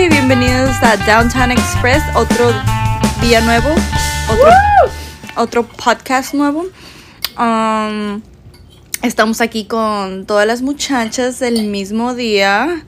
y bienvenidos a Downtown Express, otro día nuevo, otro podcast nuevo. Estamos aquí con todas las muchachas del mismo día.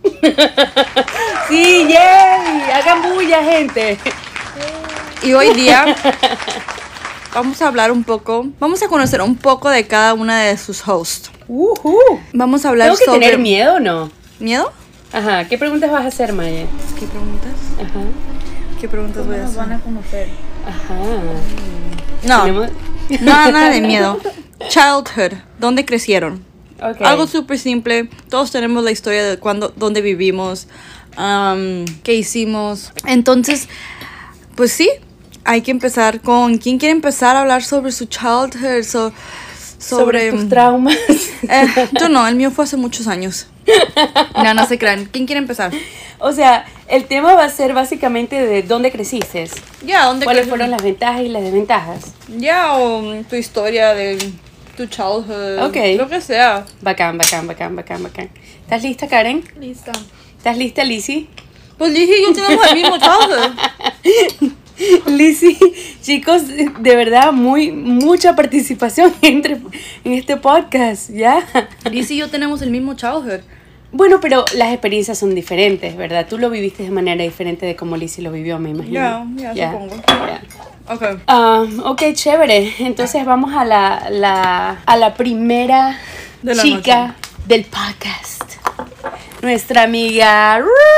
Sí, yay, hagan bulla, gente. Y hoy día vamos a hablar un poco, vamos a conocer un poco de cada una de sus hosts. Vamos a hablar ¿Tengo que sobre... tener miedo o no? ¿Miedo? Ajá, ¿qué preguntas vas a hacer, Maya? ¿Qué preguntas? Ajá. ¿Qué preguntas voy a Nos hacer? van a conocer. Ajá. No, Tenemos- nada de miedo. Childhood, ¿dónde crecieron? Ok. Algo súper simple. Todos tenemos la historia de dónde vivimos, qué hicimos. Entonces, pues sí, hay que empezar con... ¿Quién quiere empezar a hablar sobre su childhood? sobre tus traumas. Yo no, el mío fue hace muchos años. No se crean. ¿Quién quiere empezar? O sea, el tema va a ser básicamente de dónde creciste. Ya, ¿dónde ¿Cuáles creciste? fueron las ventajas y las desventajas? Ya, o tu historia de tu childhood. Ok. Lo que sea. Bacán. ¿Estás lista, Karen? Lista. ¿Estás lista, Lizzy? Pues dije, yo tenemos el mismo childhood. Lizzy, chicos, de verdad, mucha participación en este podcast, ¿ya? Liz y yo tenemos el mismo childhood. Bueno, pero las experiencias son diferentes, ¿verdad? Tú lo viviste de manera diferente de como Lizzy lo vivió, me imagino. Ya, supongo. Ya. Ok. Ok, chévere. Entonces vamos a la primera De la chica del podcast. Nuestra amiga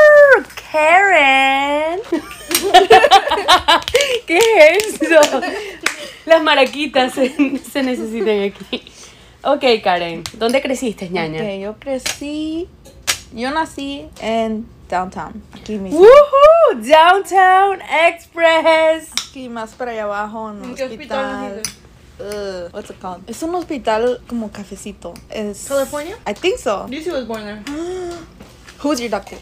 Karen. ¿Qué es eso? Las maraquitas se necesitan aquí. Ok, Karen, ¿dónde creciste, ñaña? Ok, yo nací en Downtown, aquí mismo. ¡Woohoo! Downtown Express. Aquí más para allá abajo, en un ¿En qué hospital hospital. What's it called? Es un hospital como cafecito. Es California? I think so. Lizzie was born there. Who's your doctor?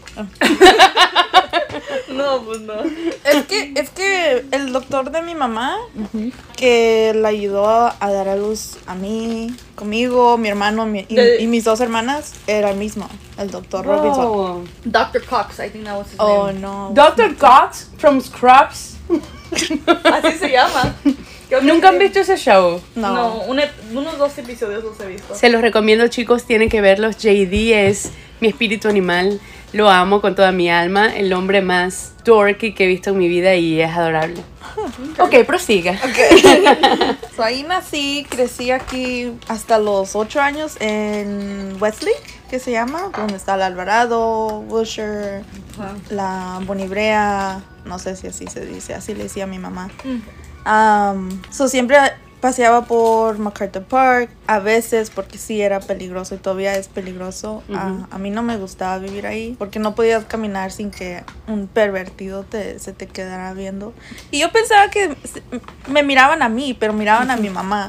No, pues no. Es que el doctor de mi mamá, que le ayudó a dar a luz a mí, conmigo, mi hermano y mis dos hermanas, era el mismo, el doctor Robinson. Wow. Dr. Cox, I think that was his Oh, name. no. Dr. Cox from Scrubs. Así se llama. ¿Nunca han visto ese show? No, unos 2 episodios los he visto. Se los recomiendo, chicos, tienen que verlos. JD es mi espíritu animal. Lo amo con toda mi alma. El hombre más dorky que he visto en mi vida y es adorable. Ok, prosiga. So, ahí nací, crecí aquí hasta los 8 años en Westlake, que se llama, donde está el Alvarado, Wilshire, la Bonibrea, no sé si así se dice, así le decía a mi mamá. So, siempre paseaba por MacArthur Park, a veces porque sí era peligroso y todavía es peligroso. A mí no me gustaba vivir ahí porque no podías caminar sin que un pervertido se te quedara viendo. Y yo pensaba que me miraban a mí, pero miraban a mi mamá.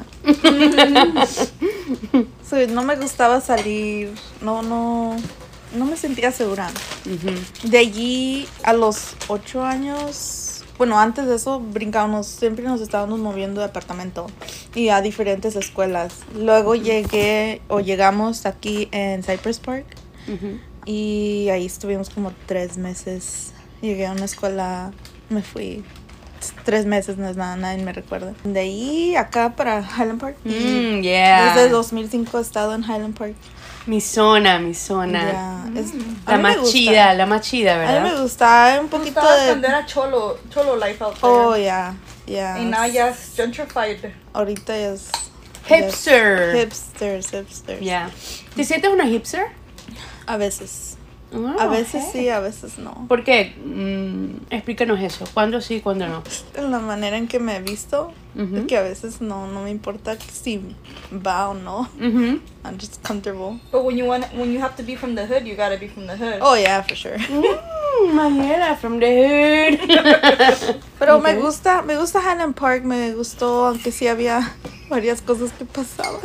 So, no me gustaba salir, no me sentía segura. De allí a los 8 años... Bueno, antes de eso siempre nos estábamos moviendo de apartamento y a diferentes escuelas. Luego llegamos aquí en Cypress Park y ahí estuvimos como 3 meses. Llegué a una escuela, me fui 3 meses, no es nada, nadie me recuerda. De ahí acá para Highland Park. Yeah. Desde 2005 he estado en Highland Park. Mi zona. Ya, La más chida, ¿verdad? A mí me gusta un poquito de... cuando era cholo life out there. Oh, ya. Y now ya es gentrified. Ahorita ya es... Hipster. Hipsters. Yeah. ¿Te sientes una hipster? A veces. Oh, A veces ok. sí, a veces no. ¿Por qué? Explícanos eso. ¿Cuándo sí, cuándo no? En la manera en que me he visto, Ujú. que a veces no me importa si va o no. Ujú. I'm just comfortable. But when you have to be from the hood, you gotta be from the hood. Oh, yeah, for sure. Manera, from the hood. Pero Ok. me gusta Highland Park, me gustó, aunque sí había varias cosas que pasaban.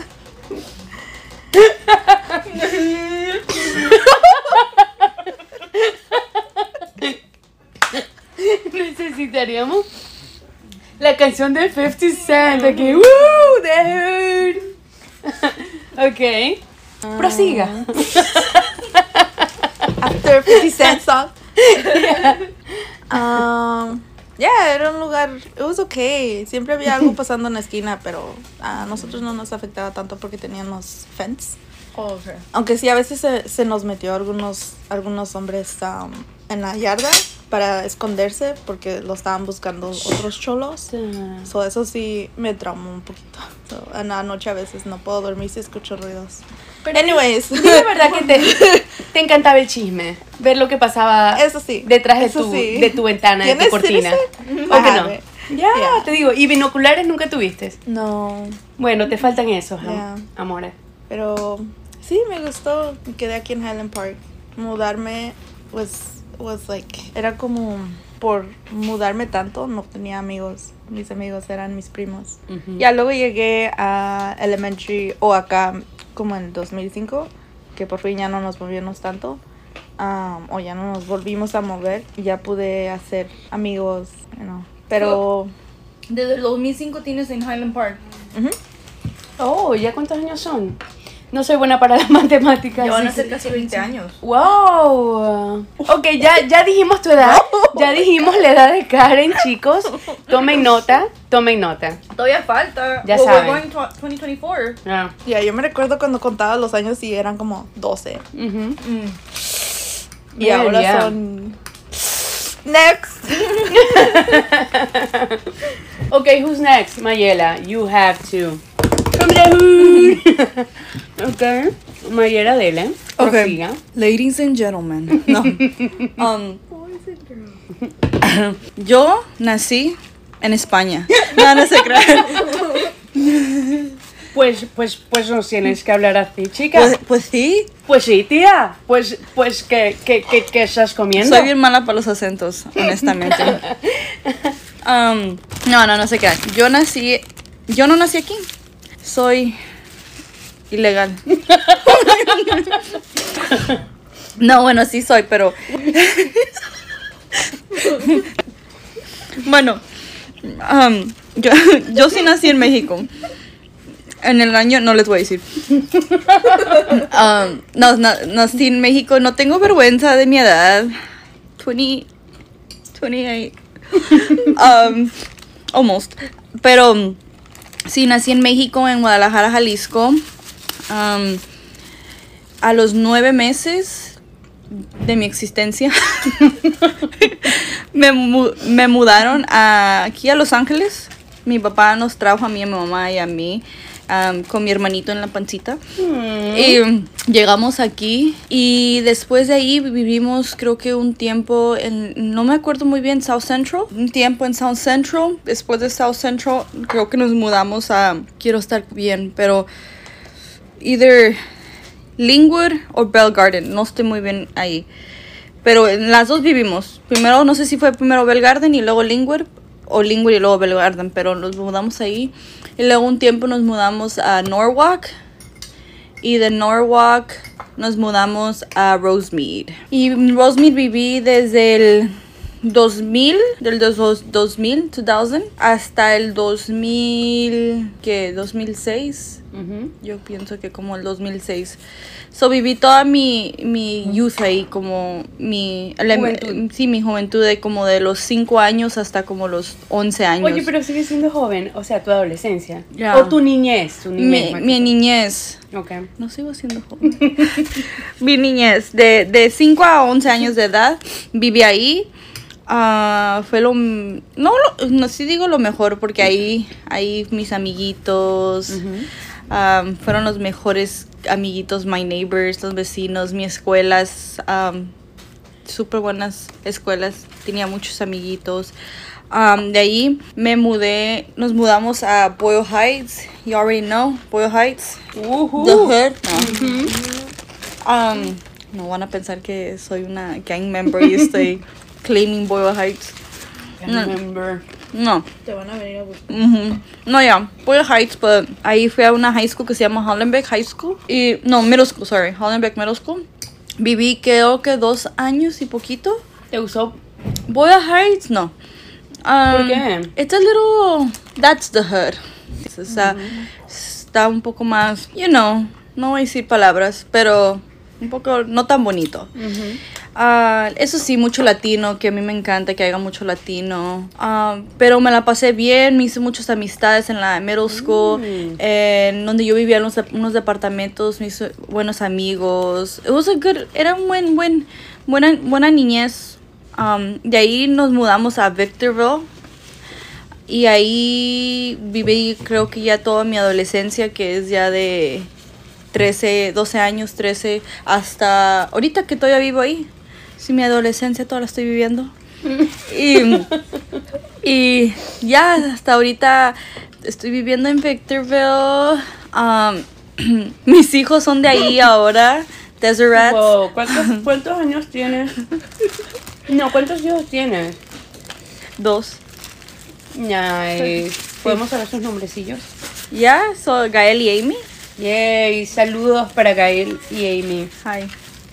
Necesitaríamos la canción de 50 Cent. Aquí, ¡woo! The hood. Ok. Prosiga. After 50 Cent song. Yeah, era un lugar, it was okay. Siempre había algo pasando en la esquina, pero a nosotros no nos afectaba tanto porque teníamos fence. Oh, okay. Aunque sí, a veces se nos metió algunos hombres en la yarda para esconderse porque lo estaban buscando otros cholos. So, eso sí me traumó un poquito. So, en la noche a veces no puedo dormir si escucho ruidos. Pero Anyways. de verdad que te encantaba el chisme, ver lo que pasaba Eso sí. detrás de Eso tu, sí. de tu ventana, de tu ¿Tienes cortina. citizen? ¿O que no? Ajá. Ya, Yeah. te digo, ¿y binoculares nunca tuviste? No, Bueno, te faltan esos, Yeah. amores. pero sí, me gustó. Me quedé aquí en Highland Park. Mudarme was like, era como por mudarme tanto, no tenía amigos. Mis amigos eran mis primos. Ujú. Ya luego llegué a elementary o acá como en 2005, que por fin ya no nos movimos tanto. O ya no nos volvimos a mover. Y ya pude hacer amigos, you know. Pero Desde el 2005 tienes en Highland Park. ujú. Oh, ¿ya cuántos años son? No soy buena para las matemáticas. Ya van a así ser que- casi 20 años. ¡Wow! Ok, ya dijimos tu edad. Ya dijimos la edad de Karen, chicos. Tomen nota, tomen nota. Todavía falta. Ya Well, saben. we're going to 2024. Ah, Ya, yo me recuerdo cuando contaba los años y eran como 12. ujú. Y Bien, ahora ya. son... Next. Okay, who's next? Mayela, you have to. From the hood. Okay. Mayela, dele. Prosiga. Ladies and gentlemen. No. Yo nací en España. No, no se crean. Pues nos tienes que hablar así, chica. Pues sí. Pues sí, tía. Pues ¿qué estás comiendo? Soy bien mala para los acentos, honestamente. No se crean. Yo no nací aquí. Soy ilegal. No, bueno, sí soy, pero... Bueno, yo sí nací en México. En el año, no les voy a decir. Nací en México. No tengo vergüenza de mi edad. 28. Almost. Pero sí, nací en México, en Guadalajara, Jalisco. A los 9 meses de mi existencia me mudaron aquí a Los Ángeles. Mi papá nos trajo a mí, a mi mamá y a mí con mi hermanito en la pancita. Y llegamos aquí y después de ahí vivimos creo que un tiempo no me acuerdo muy bien, South Central. Un tiempo en South Central. Después de South Central creo que nos mudamos quiero estar bien, pero either Linwood o Bell Garden. No estoy muy bien ahí. Pero en las dos vivimos. Primero, no sé si fue primero Bell Garden y luego Linwood. O Linwood y luego Bell Garden. Pero nos mudamos ahí. Y luego un tiempo nos mudamos a Norwalk. Y de Norwalk nos mudamos a Rosemead. Y en Rosemead viví desde el 2000, del 2000, hasta el 2006. Ujú. Yo pienso que como el 2006. So viví toda mi youth ahí, como mi juventud de como de los 5 años hasta como los 11 años. Oye, pero sigues siendo joven, o sea, tu adolescencia. Ya. O tu niñez. mi niñez. Ok. No sigo siendo joven. Mi niñez, de 5 a 11 años de edad, viví ahí. Fue no sí digo lo mejor, porque ahí mis amiguitos fueron los mejores amiguitos, my neighbors, los vecinos, mi escuelas, súper buenas escuelas, tenía muchos amiguitos. De ahí nos mudamos a Boyle Heights. You already know Boyle Heights. The hood. No. No van a pensar que soy una gang member y estoy claiming Boyle Heights. Remember. No. Te van a venir a buscar. No, Boyle Heights, pero ahí fui a una high school que se llama Hollenbeck High School. Middle school, sorry. Hollenbeck Middle School. Viví creo que 2 años y poquito. ¿Te gustó? Boyle Heights, no. ¿Por qué? It's a little... That's the hood. O sea, está un poco más, no voy a decir palabras, pero un poco no tan bonito. Eso sí, mucho latino, que a mí me encanta que haya mucho latino. Pero me la pasé bien, me hice muchas amistades en la middle school, en donde yo vivía en unos departamentos, me hice buenos amigos. Era un buena niñez. De ahí nos mudamos a Victorville. Y ahí viví, creo que ya toda mi adolescencia, que es ya de 12 años, 13, hasta ahorita que todavía vivo ahí. Sí, mi adolescencia toda la estoy viviendo. Y ya, hasta ahorita estoy viviendo en Victorville. Mis hijos son de ahí ahora, Deseret. Wow, ¿cuántos años tienes? No, ¿cuántos hijos tienes? 2. Nice. ¿Podemos saber sus nombrecillos? Ya, soy Gael y Amy. Yay, saludos para Gael y Amy. Hi.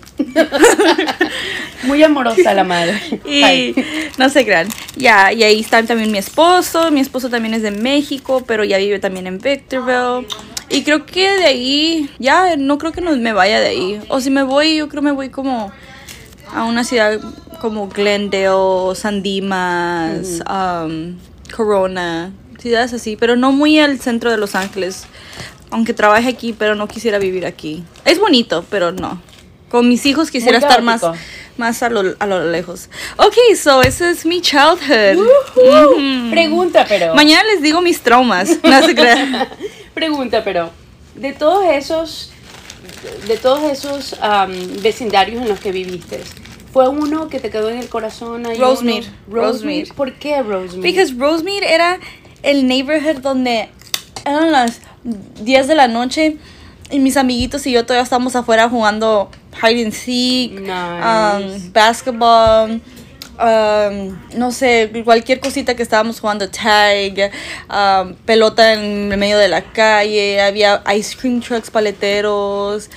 Muy amorosa la madre. Y Hi. no se crean. Ya, y ahí está también mi esposo. Mi esposo también es de México, pero ya vive también en Victorville. Y creo que de ahí, ya, no creo que me vaya de ahí. O si me voy, yo creo me voy como a una ciudad como Glendale, San Dimas, Corona, ciudades así, pero no muy al centro de Los Ángeles. Aunque trabaje aquí, pero no quisiera vivir aquí. Es bonito, pero no. Con mis hijos quisiera estar más a lo lejos. Ok, so ese es mi childhood. Pregunta, pero... Mañana les digo mis traumas. No se crean. Pregunta, pero... De todos esos vecindarios en los que viviste, ¿fue uno que te quedó en el corazón? Rosemead. Rosemead. ¿Por qué Rosemead? Because Rosemead era el neighborhood donde eran las 10 de la noche y mis amiguitos y yo todavía estábamos afuera jugando hide and seek, Nice. basketball, no sé, cualquier cosita que estábamos jugando, tag, pelota en el medio de la calle, había ice cream trucks, paleteros,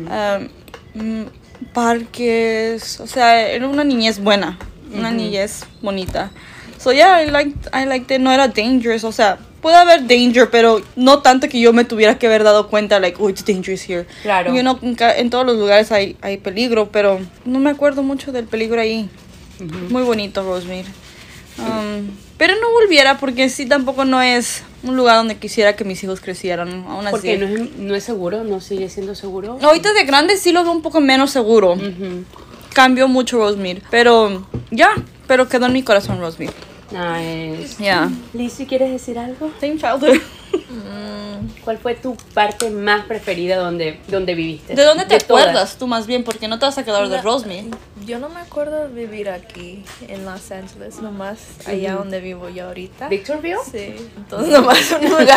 parques, o sea, era una niñez buena, una niñez bonita. So yeah, I liked it. No era dangerous, o sea, puede haber danger, pero no tanto que yo me tuviera que haber dado cuenta, like, oh, it's dangerous here. Claro. En todos los lugares hay peligro, pero no me acuerdo mucho del peligro ahí. Muy bonito, Rosemead. Pero no volviera porque sí, tampoco no es un lugar donde quisiera que mis hijos crecieran. Aún así. Porque no es seguro, no sigue siendo seguro. Ahorita de grande sí lo veo un poco menos seguro. Cambió mucho Rosemead, pero pero quedó en mi corazón Rosemead. Nice. Yeah. Lizzie, ¿quieres decir algo? Same childhood. ¿Cuál fue tu parte más preferida donde viviste? ¿De dónde te todas. acuerdas tú más bien? Porque no te vas a quedar de Rosemead. Yo no me acuerdo de vivir aquí en Los Ángeles, nomás allá donde vivo yo ahorita. ¿Victorville? Sí, entonces nomás un lugar.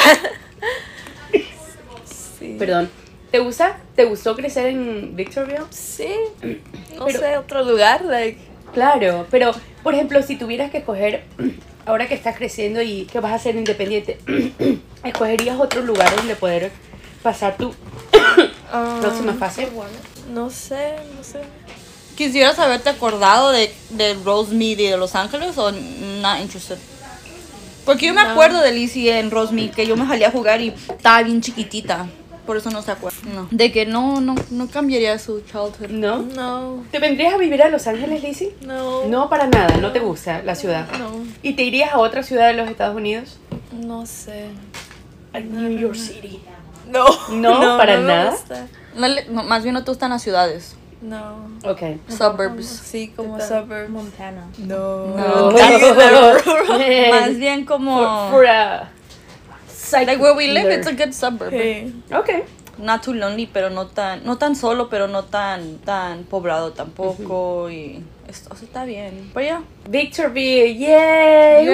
Sí. Perdón. ¿Te gustó crecer en Victorville? Sí, no sé, otro lugar, like. Claro, pero por ejemplo, si tuvieras que escoger, ahora que estás creciendo y que vas a ser independiente, ¿escogerías otro lugar donde poder pasar tu próxima fase? No sé. ¿Quisieras haberte acordado de Rosemead y de Los Ángeles o not interested? Porque yo me acuerdo de Lizzie en Rosemead, que yo me salía a jugar y estaba bien chiquitita. Por eso no se acuerda. No. De que no cambiaría su childhood. ¿No? No. ¿Te vendrías a vivir a Los Ángeles, Lizzie? No. No, para nada, no te gusta la ciudad. No. ¿Y te irías a otra ciudad de los Estados Unidos? No sé. A New York City. No. No, para me nada. gusta. No, más bien no te gustan las ciudades. No. Ok. Suburbs. Sí, como suburbs. Montana. No. Más bien como... For a like where we live, it's a good suburb. Sí. Ok. Not too lonely, pero no tan solo, pero no tan poblado tampoco. Y esto está bien. Pero ya. Victorville, yay.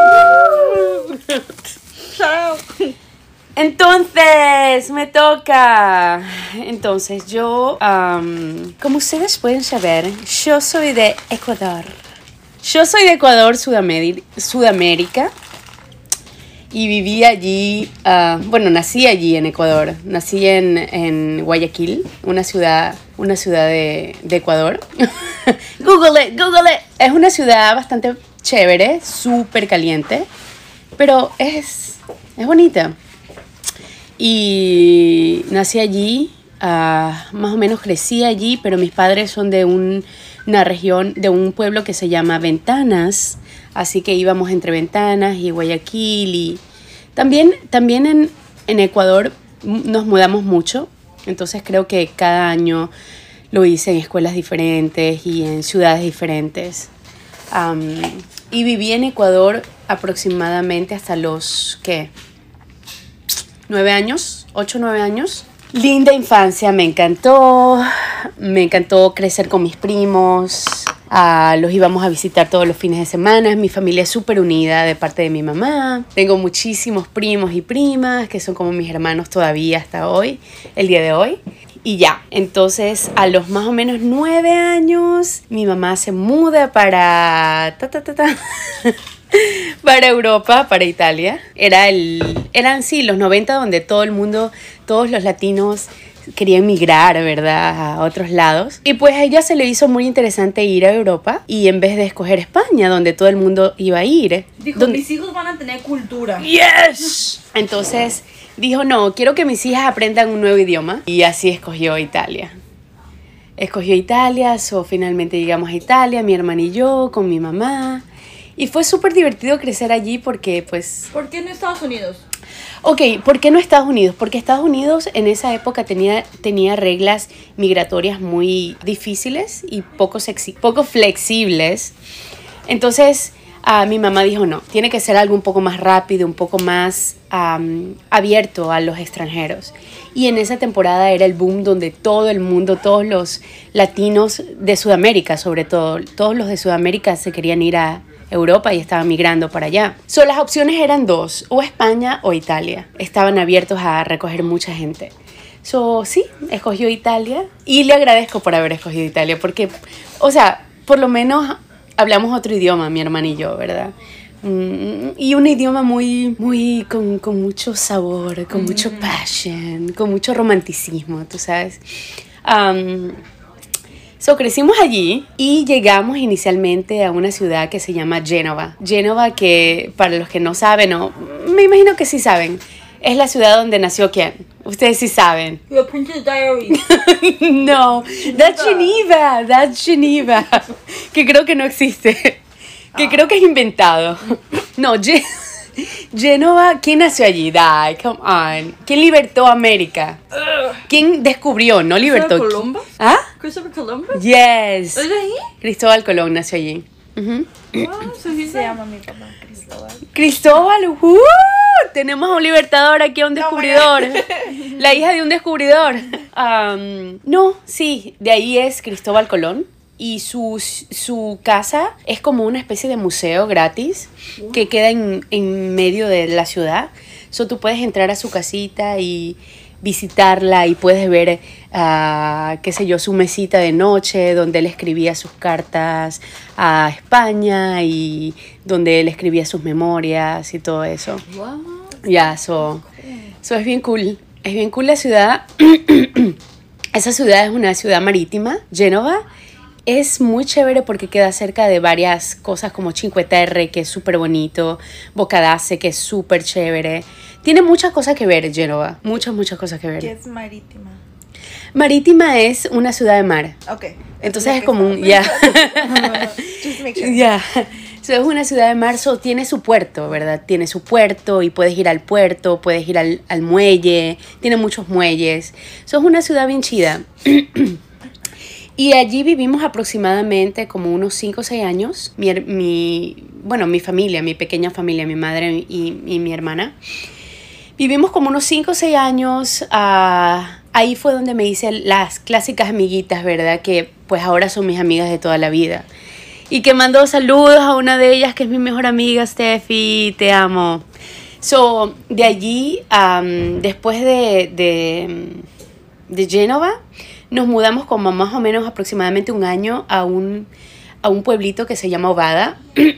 Chao. Entonces, me toca. Entonces, yo, como ustedes pueden saber, yo soy de Ecuador. Yo soy de Ecuador, Sudamérica. Y viví allí, nací allí en Ecuador. Nací en Guayaquil, una ciudad de Ecuador. Google it. Es una ciudad bastante chévere, súper caliente, pero es bonita. Y nací allí, más o menos crecí allí, pero mis padres son de una región de un pueblo que se llama Ventanas, así que íbamos entre Ventanas y Guayaquil y también en Ecuador nos mudamos mucho, entonces creo que cada año lo hice en escuelas diferentes y en ciudades diferentes. Y viví en Ecuador aproximadamente hasta los, ¿qué? 9 años, 8 o 9 años. Linda infancia, me encantó crecer con mis primos, los íbamos a visitar todos los fines de semana, mi familia es súper unida de parte de mi mamá, tengo muchísimos primos y primas que son como mis hermanos todavía hasta hoy, el día de hoy. Y ya, entonces a los más o menos 9 años, mi mamá se muda para para Europa, para Italia. Eran sí, los 90 donde todo el mundo, todos los latinos querían migrar, ¿verdad? A otros lados. Y pues a ella se le hizo muy interesante ir a Europa y en vez de escoger España, donde todo el mundo iba a ir. Dijo, mis hijos van a tener cultura. ¡Yes! Entonces dijo, no, quiero que mis hijas aprendan un nuevo idioma. Y así escogió Italia. Finalmente llegamos a Italia, mi hermana y yo, con mi mamá. Y fue súper divertido crecer allí porque, pues... ¿Por qué no Estados Unidos? Ok, ¿por qué no Estados Unidos? Porque Estados Unidos en esa época tenía reglas migratorias muy difíciles y poco flexibles. Entonces, mi mamá dijo, no, tiene que ser algo un poco más rápido, un poco más abierto a los extranjeros. Y en esa temporada era el boom donde todo el mundo, todos los latinos de Sudamérica, sobre todo, todos los de Sudamérica se querían ir a Europa y estaban migrando para allá. Las opciones eran 2, o España o Italia. Estaban abiertos a recoger mucha gente. Sí, escogió Italia y le agradezco por haber escogido Italia porque, o sea, por lo menos hablamos otro idioma, mi hermana y yo, ¿verdad? Y un idioma muy con mucho sabor, con mucho passion, con mucho romanticismo, tú sabes. Crecimos allí y llegamos inicialmente a una ciudad que se llama Génova. Génova, que para los que no saben, o me imagino que sí saben, es la ciudad donde nació ¿quién? Ustedes sí saben. The Princess Diaries. No, that's Geneva, que creo que no existe, que creo que es inventado. No, Génova, ¿quién nació allí? Come on. ¿Quién libertó América? ¿Quién descubrió? No libertó. ¿Christopher Columbus? ¿Ah? ¿Christopher Columbus? Yes. ¿Es de ahí? Cristóbal Colón nació allí. Uh-huh. Se llama mi papá Cristóbal. Cristóbal, tenemos a un libertador aquí, a un descubridor. La hija de un descubridor. No, sí, de ahí es Cristóbal Colón. Y su casa es como una especie de museo gratis que queda en medio de la ciudad. Tú puedes entrar a su casita y visitarla y puedes ver, qué sé yo, su mesita de noche donde él escribía sus cartas a España y donde él escribía sus memorias y todo eso. Ya, eso es bien cool. Es bien cool la ciudad. Esa ciudad es una ciudad marítima, Génova. Es muy chévere porque queda cerca de varias cosas como Cinque Terre, que es súper bonito, Bocadace, que es súper chévere. Tiene muchas cosas que ver, Génova. Muchas cosas que ver. ¿Qué es marítima? Marítima es una ciudad de mar. Ok. Entonces es como un... Ya. Just make sure. Ya. Es una ciudad de mar, tiene su puerto, ¿verdad? Tiene su puerto y puedes ir al puerto, puedes ir al muelle. Tiene muchos muelles. Es una ciudad bien chida. Y allí vivimos aproximadamente como unos 5 o 6 años. Mi familia, mi pequeña familia, mi madre y mi hermana. Vivimos como unos 5 o 6 años. Ahí fue donde me hice las clásicas amiguitas, ¿verdad? Que pues ahora son mis amigas de toda la vida. Y que mando saludos a una de ellas que es mi mejor amiga, Steffi. Te amo. De allí, después de Génova, nos mudamos como más o menos aproximadamente un año a un pueblito que se llama Ovada.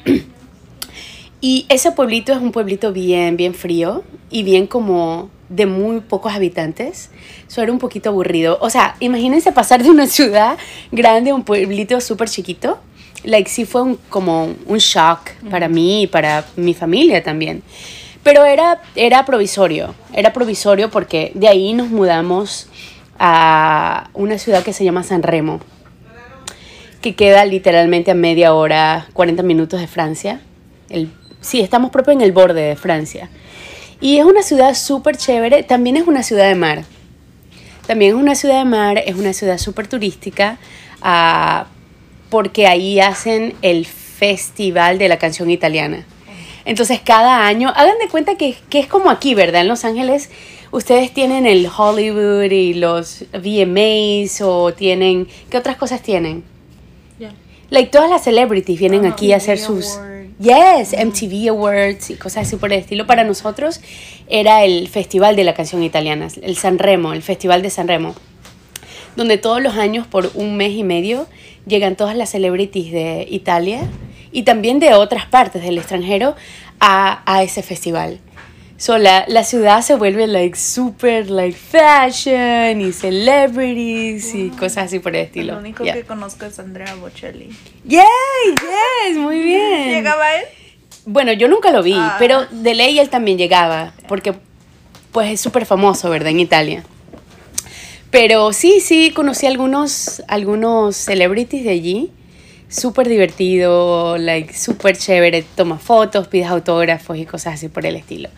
Y ese pueblito es un pueblito bien frío y bien como de muy pocos habitantes. Eso era un poquito aburrido. O sea, imagínense pasar de una ciudad grande a un pueblito súper chiquito. Sí fue como un shock para mí y para mi familia también. Pero era provisorio. Era provisorio porque de ahí nos mudamos a una ciudad que se llama San Remo, que queda literalmente a media hora, 40 minutos de Francia. Sí, estamos propio en el borde de Francia. Y es una ciudad súper chévere, también es una ciudad de mar. También es una ciudad de mar, es una ciudad súper turística, porque ahí hacen el Festival de la Canción Italiana. Entonces cada año, hagan de cuenta que es como aquí, ¿verdad? En Los Ángeles ustedes tienen el Hollywood y los VMAs o tienen... ¿Qué otras cosas tienen? Yeah. Like todas las celebrities vienen aquí a hacer sus... Awards. Yes, MTV Awards y cosas así por el estilo. Para nosotros era el Festival de la Canción Italiana, el Sanremo, el Festival de Sanremo, donde todos los años por un mes y medio llegan todas las celebrities de Italia y también de otras partes del extranjero a ese festival. So, la ciudad se vuelve super fashion y celebrities y cosas así por el estilo. Lo único que conozco es Andrea Bocelli. Yes, muy bien. ¿Llegaba él? Bueno, yo nunca lo vi, pero de ley él también llegaba, porque pues es súper famoso, ¿verdad? En Italia. Pero sí, conocí algunos celebrities de allí. Súper divertido, súper chévere. Toma fotos, pides autógrafos y cosas así por el estilo.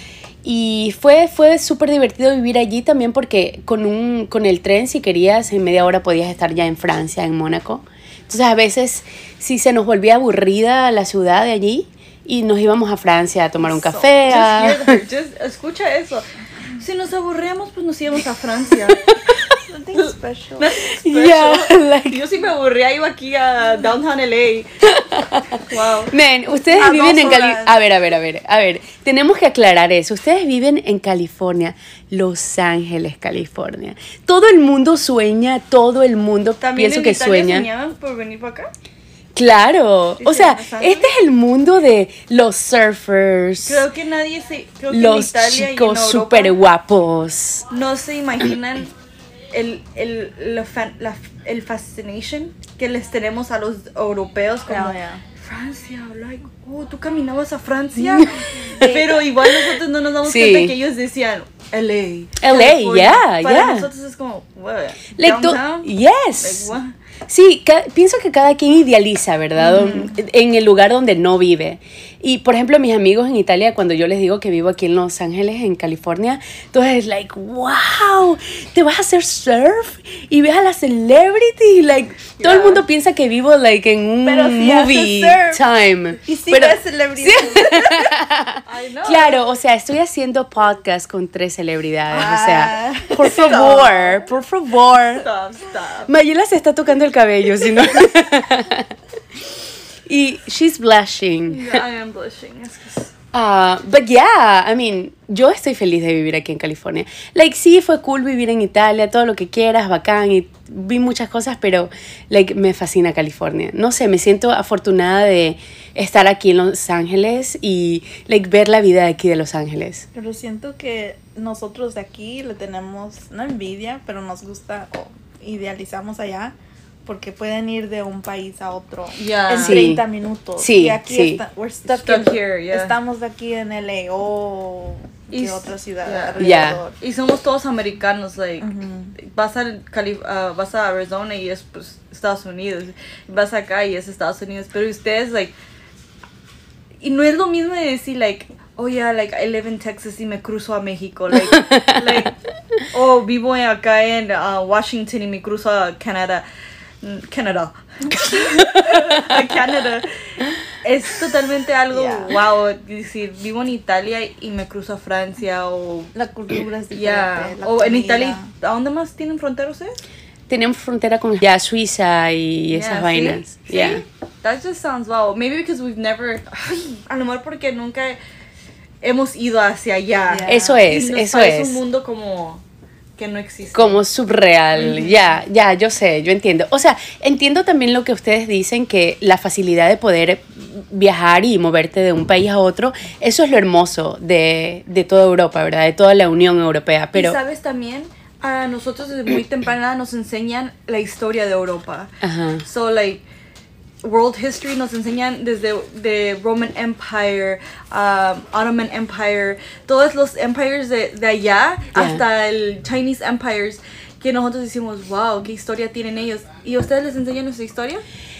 Y fue súper divertido vivir allí también porque con el tren, si querías, en media hora podías estar ya en Francia, en Mónaco. Entonces, a veces, si se nos volvía aburrida la ciudad de allí, y nos íbamos a Francia a tomar un café. Escucha eso. Si nos aburríamos, pues nos íbamos a Francia. Nothing special. Yeah, Yo sí me aburría, iba aquí a Downtown LA. Wow. Men, ustedes viven en California. A ver, tenemos que aclarar eso. Ustedes viven en California, Los Ángeles, California. Todo el mundo sueña, todo el mundo pienso que sueña. ¿Soñaban por venir para acá? Claro, Sí, o sea, Los Ángeles. este es el mundo de los surfers, Creo que nadie se... Creo que los en Italia y en chicos Europa súper guapos. no se imaginan el fascination que les tenemos a los europeos como Francia, like, oh, tú caminabas a Francia. Pero igual nosotros no nos damos Sí. cuenta que ellos decían LA, LA, Para yeah. nosotros es como, what? Like, Downtown? yes. Like, what? Sí, pienso que cada quien idealiza, ¿verdad? En el lugar donde no vive. Y, por ejemplo, mis amigos en Italia, cuando yo les digo que vivo aquí en Los Ángeles, en California, entonces, like, wow, te vas a hacer surf y ves a la celebrity. Like, todo el mundo piensa que vivo, like, en un Pero si movie haces surf, time. Y si Pero- ves celebridad. I know. Claro, o sea, estoy haciendo podcast con 3 celebridades. O sea, Ah. por favor. Stop. Mayela se está tocando el cabello, si no. Y she's blushing. Yeah, I am blushing. Es que But yeah, I mean, yo estoy feliz de vivir aquí en California. Like, sí, fue cool vivir en Italia, todo lo que quieras, bacán, y vi muchas cosas, pero, like, me fascina California. No sé, me siento afortunada de estar aquí en Los Ángeles y, like, ver la vida de aquí de Los Ángeles. Pero siento que nosotros de aquí le tenemos, no envidia, pero nos gusta o idealizamos allá. Porque pueden ir de un país a otro Yeah. en Sí. 30 minutos. Sí, y aquí sí. we're stuck here, yeah. Estamos aquí en LA o Y que otra ciudad yeah. alrededor. Y somos todos americanos, like, vas a Arizona y es pues, Estados Unidos, vas acá y es Estados Unidos, pero ustedes, like, y no es lo mismo de decir, like, oh yeah, like, I live in Texas y me cruzo a México, like, oh, vivo acá en Washington y me cruzo a Canadá. A Canadá. Es totalmente algo wow, decir, vivo en Italia y me cruzo a Francia o... La cultura es diferente. Yeah. la O en comida. Italia, ¿a dónde más tienen frontera ustedes? Tenemos frontera con ya Suiza y esas Yeah, vainas. ¿sí? Yeah. ¿Sí? That just sounds wow. Maybe because we've never... A lo mejor porque nunca hemos ido hacia allá. Yeah. Eso es, Y nos eso parece es. un mundo como... que no existe. Como subreal, ya, yo sé, yo entiendo. O sea, entiendo también lo que ustedes dicen, que la facilidad de poder viajar y moverte de un país a otro, eso es lo hermoso de toda Europa, ¿verdad? De toda la Unión Europea, pero... Y sabes también, a nosotros desde muy temprana nos enseñan la historia de Europa. Ajá. So, like, world history nos enseñan desde the Roman Empire, Ottoman Empire, todos los empires de allá, Yeah. hasta el Chinese empires, que nosotros decimos, wow, qué historia tienen ellos. ¿Y ustedes les enseñan nuestra historia?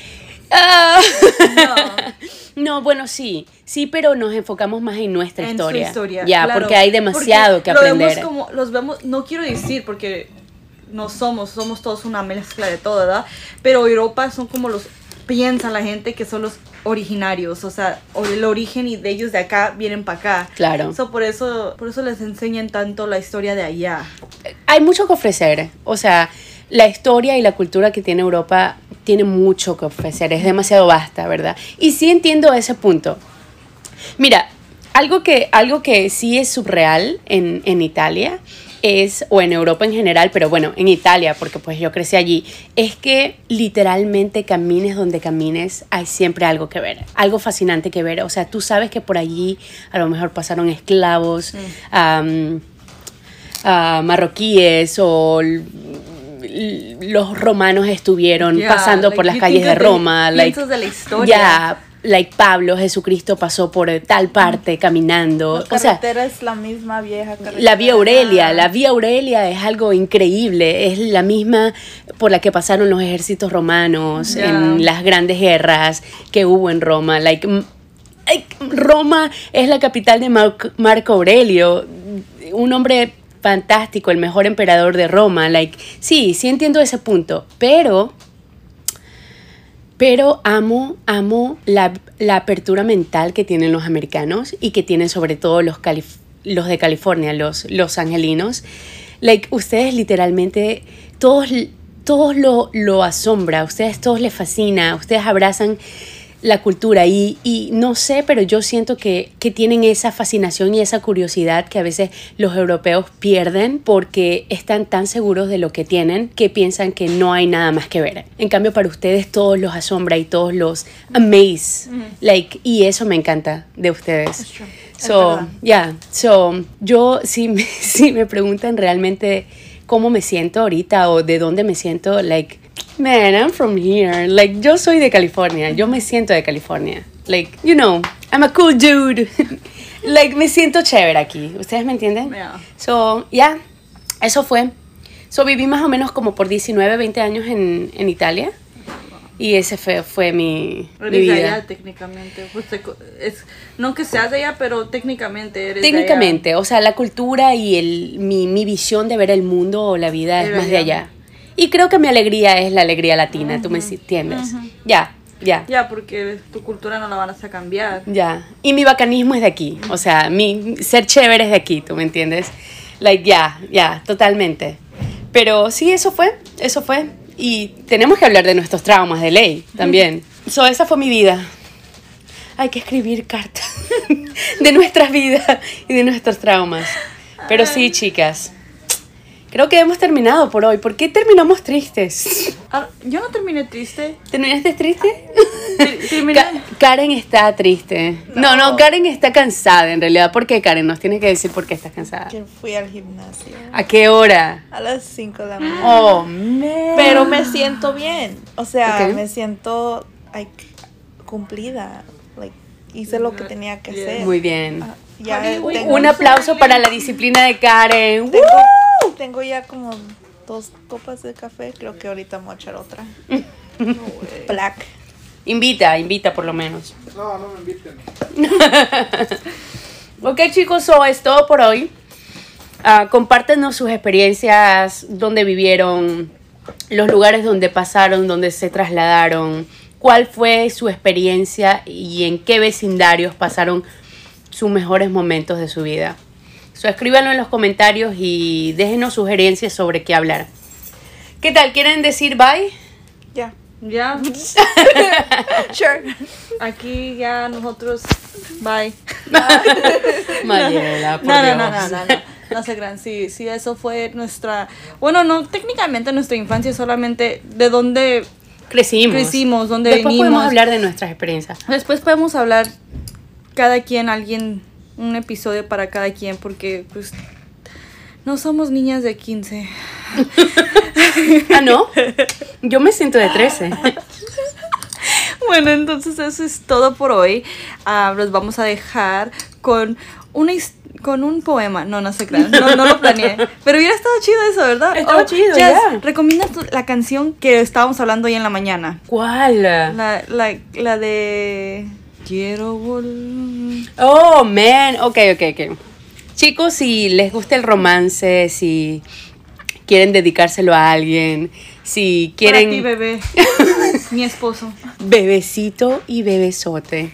No, bueno, sí, pero nos enfocamos más en nuestra historia. En su historia, ya, claro, porque hay demasiado que aprender. Los vemos, no quiero decir porque no somos todos una mezcla de todo, ¿verdad? Pero Europa son como piensan la gente que son los originarios, o sea, el origen y de ellos de acá vienen para acá. Claro. Por eso les enseñan tanto la historia de allá. Hay mucho que ofrecer, o sea, la historia y la cultura que tiene Europa tiene mucho que ofrecer, es demasiado vasta, ¿verdad? Y sí entiendo ese punto. Mira, algo que sí es surreal en Italia o en Europa en general, pero bueno, en Italia, porque pues yo crecí allí, es que literalmente camines donde camines, hay siempre algo que ver, algo fascinante que ver. O sea, tú sabes que por allí a lo mejor pasaron esclavos, marroquíes o los romanos estuvieron pasando por las calles de Roma. Piensas de la historia. Pablo, Jesucristo pasó por tal parte caminando. La carretera es la misma vieja carretera. La Vía Aurelia es algo increíble. Es la misma por la que pasaron los ejércitos romanos en las grandes guerras que hubo en Roma. Roma es la capital de Marco Aurelio, un hombre fantástico, el mejor emperador de Roma. Sí entiendo ese punto, pero amo la apertura mental que tienen los americanos y que tienen sobre todo los de California, los angelinos. Ustedes literalmente, todos lo asombra, a ustedes todos les fascina, ustedes abrazan la cultura y no sé, pero yo siento que tienen esa fascinación y esa curiosidad que a veces los europeos pierden porque están tan seguros de lo que tienen que piensan que no hay nada más que ver. En cambio, para ustedes todos los asombra y todos los amaze. Y eso me encanta de ustedes. Yo, si me preguntan realmente cómo me siento ahorita o de dónde me siento, man, I'm from here. Yo soy de California. Yo me siento de California. I'm a cool dude. Me siento chévere aquí. ¿Ustedes me entienden? Yeah. Eso fue. Viví más o menos como por 19, 20 años en Italia. Y ese fue mi vida. Allá, técnicamente. Pues no que seas de allá, pero técnicamente eres técnicamente, de allá. O sea, la cultura y mi visión de ver el mundo o la vida es más de allá. Y creo que mi alegría es la alegría latina, ¿tú me entiendes? Ya, porque tu cultura no la van a hacer cambiar. Ya, y mi bacanismo es de aquí, o sea, mi ser chévere es de aquí, ¿tú me entiendes? Totalmente. Pero sí, eso fue. Y tenemos que hablar de nuestros traumas de ley también. Esa fue mi vida. Hay que escribir cartas de nuestras vidas y de nuestros traumas. Pero sí, chicas. Creo que hemos terminado por hoy. ¿Por qué terminamos tristes? Yo no terminé triste. ¿Terminaste triste? Terminé. Karen está triste. No, Karen está cansada en realidad. ¿Por qué, Karen? Nos tienes que decir por qué estás cansada. Que fui al gimnasio. ¿A qué hora? A las 5 de la mañana. Oh, man. Pero me siento bien. O sea, Okay. me siento cumplida. Hice lo que tenía que hacer. Muy bien. Un Tengo aplauso para la disciplina de Karen. Tengo ya como 2 copas de café. Creo que ahorita me voy a echar otra. Black. Invita por lo menos. No me inviten. Ok, chicos, es todo por hoy. Compártenos sus experiencias, dónde vivieron, los lugares donde pasaron, donde se trasladaron, cuál fue su experiencia y en qué vecindarios pasaron sus mejores momentos de su vida. Escríbanlo en los comentarios y déjenos sugerencias sobre qué hablar. ¿Qué tal? ¿Quieren decir bye? Ya. Ya. Sure. Aquí ya nosotros. Bye. Mayela, por No, Dios. no se crean. Sí, eso fue nuestra. Bueno, no técnicamente nuestra infancia, solamente de dónde crecimos, dónde Después venimos. podemos hablar de nuestras experiencias. Después podemos hablar un episodio para cada quien, porque pues no somos niñas de 15. ¿No? Yo me siento de 13. Bueno, entonces eso es todo por hoy. Los vamos a dejar con con un poema. No se crean. No lo planeé. Pero hubiera estado chido eso, ¿verdad? Estaba chido, Jazz, ya. ¿recomiendas la canción que estábamos hablando hoy en la mañana? ¿Cuál? La de... Quiero volver. Oh, man. Ok. Chicos, si les gusta el romance, si quieren dedicárselo a alguien, si quieren... Para ti, bebé. Mi esposo. Bebecito y bebesote.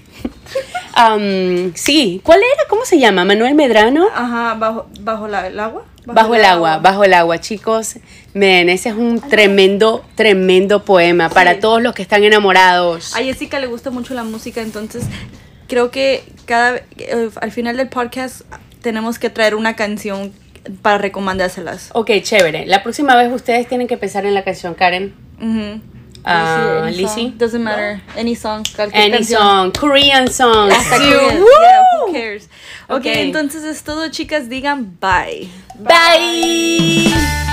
Sí, ¿cuál era? ¿Cómo se llama? ¿Manuel Medrano? Ajá, bajo el agua. Bajo el agua, chicos. Men, ese es un tremendo poema para todos los que están enamorados. A Jessica le gusta mucho la música, entonces creo que al final del podcast tenemos que traer una canción para recomendárselas. Ok, chévere. La próxima vez ustedes tienen que pensar en la canción, Karen. Lizzie. Doesn't matter. Any song. Any canción. song. Korean songs. Hasta Sí. Korean. Woo! Yeah, who cares? Ok. Ok, entonces es todo, chicas. Digan bye. Bye.